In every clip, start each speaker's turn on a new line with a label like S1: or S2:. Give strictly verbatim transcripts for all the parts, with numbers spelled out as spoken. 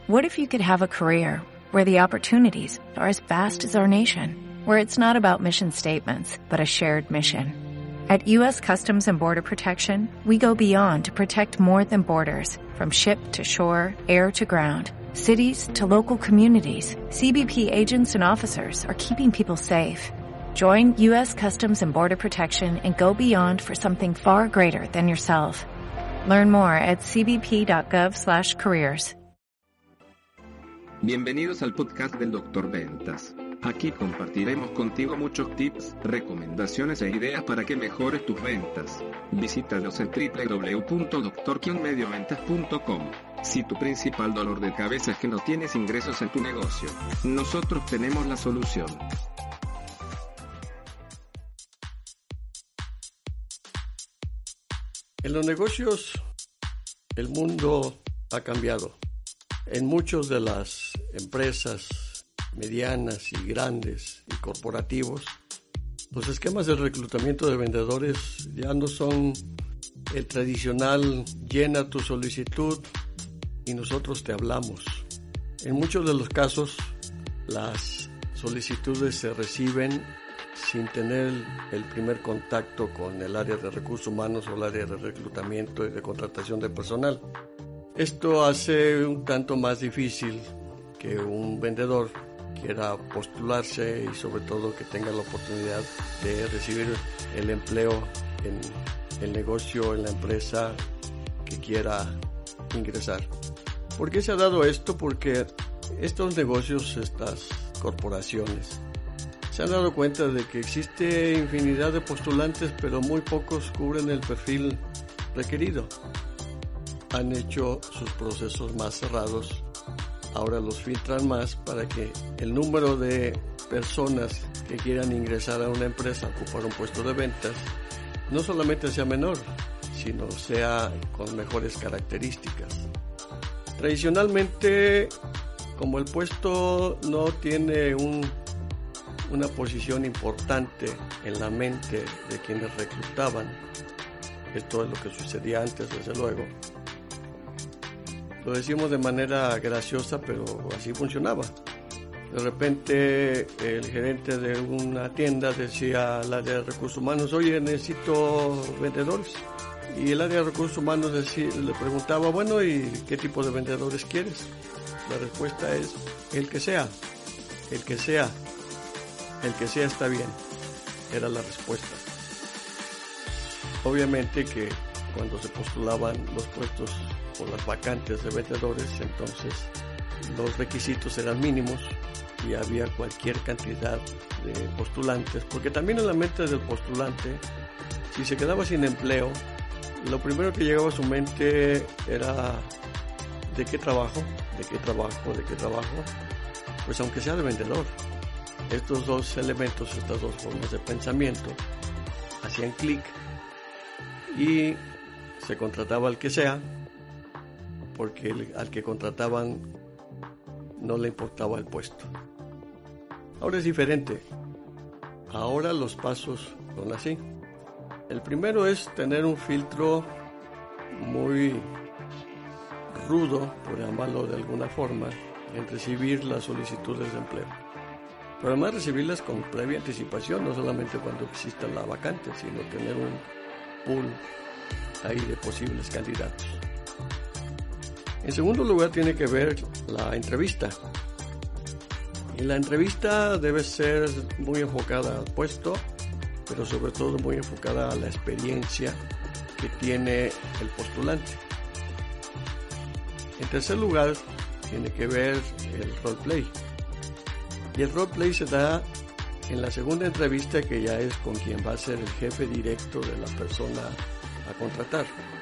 S1: What if you could have a career where the opportunities are as vast as our nation, where it's not about mission statements, but a shared mission? At U S Customs and Border Protection, we go beyond to protect more than borders, from ship to shore, air to ground, cities to local communities. C B P agents and officers are keeping people safe. Join U S Customs and Border Protection and go beyond for something far greater than yourself. Learn more at c b p dot gov slash careers.
S2: Bienvenidos al podcast del doctor Ventas. Aquí compartiremos contigo muchos tips, recomendaciones e ideas para que mejores tus ventas. Visítanos en w w w punto doctor medio ventas punto com. Si tu principal dolor de cabeza es que no tienes ingresos en tu negocio, nosotros tenemos la solución.
S3: En los negocios, el mundo ha cambiado. En muchas de las empresas medianas y grandes y corporativos, los esquemas de reclutamiento de vendedores ya no son el tradicional llena tu solicitud y nosotros te hablamos. En muchos de los casos, las solicitudes se reciben sin tener el primer contacto con el área de recursos humanos o el área de reclutamiento y de contratación de personal. Esto hace un tanto más difícil que un vendedor quiera postularse y sobre todo que tenga la oportunidad de recibir el empleo en el negocio, en la empresa que quiera ingresar. ¿Por qué se ha dado esto? Porque estos negocios, estas corporaciones, se han dado cuenta de que existe infinidad de postulantes, pero muy pocos cubren el perfil requerido. Han hecho sus procesos más cerrados, ahora los filtran más para que el número de personas que quieran ingresar a una empresa, ocupar un puesto de ventas, no solamente sea menor, sino sea con mejores características. Tradicionalmente, como el puesto no tiene un, una posición importante en la mente de quienes reclutaban, esto es lo que sucedía antes, desde luego. Lo decimos de manera graciosa, pero así funcionaba. De repente el gerente de una tienda decía al área de recursos humanos: oye, necesito vendedores. Y el área de recursos humanos decía, le preguntaba: bueno, ¿y qué tipo de vendedores quieres? La respuesta es: el que sea, el que sea, el que sea está bien. Era la respuesta. Obviamente que cuando se postulaban los puestos o las vacantes de vendedores, entonces los requisitos eran mínimos y había cualquier cantidad de postulantes, porque también en la mente del postulante, si se quedaba sin empleo, lo primero que llegaba a su mente era: ¿de qué trabajo? ¿De qué trabajo? ¿De qué trabajo? Pues aunque sea de vendedor. Estos dos elementos, estas dos formas de pensamiento hacían clic y se contrataba al que sea, porque el, al que contrataban no le importaba el puesto. Ahora es diferente. Ahora los pasos son así. El primero es tener un filtro muy rudo, por llamarlo de alguna forma, en recibir las solicitudes de empleo. Pero además recibirlas con previa anticipación, no solamente cuando exista la vacante, sino tener un pool ahí de posibles candidatos. En segundo lugar, tiene que ver la entrevista. Y la entrevista debe ser muy enfocada al puesto, pero sobre todo muy enfocada a la experiencia que tiene el postulante. En tercer lugar, tiene que ver el roleplay. Y el roleplay se da en la segunda entrevista, que ya es con quien va a ser el jefe directo de la persona a contratar.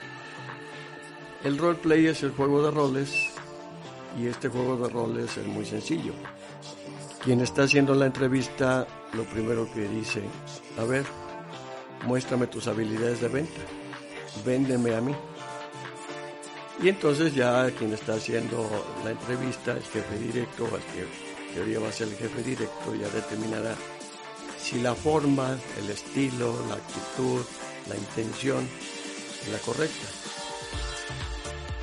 S3: El roleplay es el juego de roles, y este juego de roles es muy sencillo. Quien está haciendo la entrevista, lo primero que dice: a ver, muéstrame tus habilidades de venta, véndeme a mí. Y entonces ya quien está haciendo la entrevista, el jefe directo, el que en teoría va a ser el jefe directo, ya determinará si la forma, el estilo, la actitud, la intención es la correcta.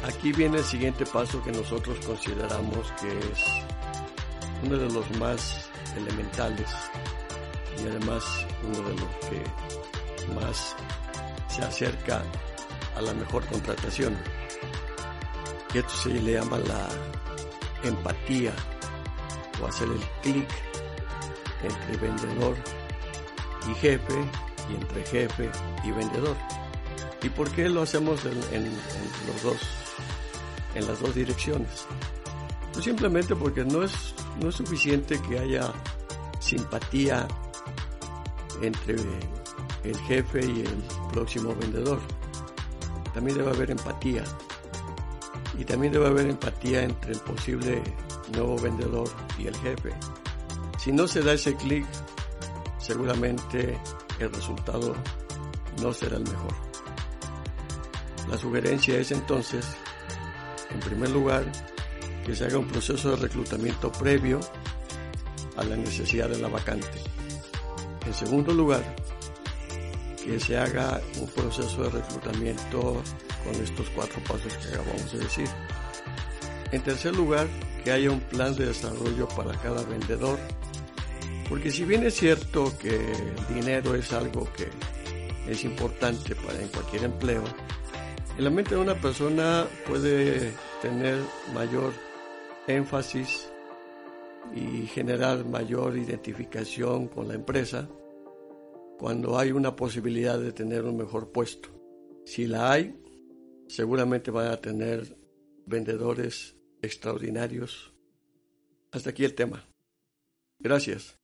S3: Aquí viene el siguiente paso que nosotros consideramos que es uno de los más elementales y además uno de los que más se acerca a la mejor contratación. Y esto se le llama la empatía o hacer el clic entre vendedor y jefe y entre jefe y vendedor. ¿Y por qué lo hacemos en, en, en los dos, en las dos direcciones? Pues simplemente porque no es, no es suficiente que haya simpatía entre el jefe y el próximo vendedor. También debe haber empatía. Y también debe haber empatía entre el posible nuevo vendedor y el jefe. Si no se da ese clic, seguramente el resultado no será el mejor. La sugerencia es entonces, en primer lugar, que se haga un proceso de reclutamiento previo a la necesidad de la vacante. En segundo lugar, que se haga un proceso de reclutamiento con estos cuatro pasos que acabamos de decir. En tercer lugar, que haya un plan de desarrollo para cada vendedor, porque si bien es cierto que el dinero es algo que es importante para en cualquier empleo, en la mente de una persona puede tener mayor énfasis y generar mayor identificación con la empresa cuando hay una posibilidad de tener un mejor puesto. Si la hay, seguramente van a tener vendedores extraordinarios. Hasta aquí el tema. Gracias.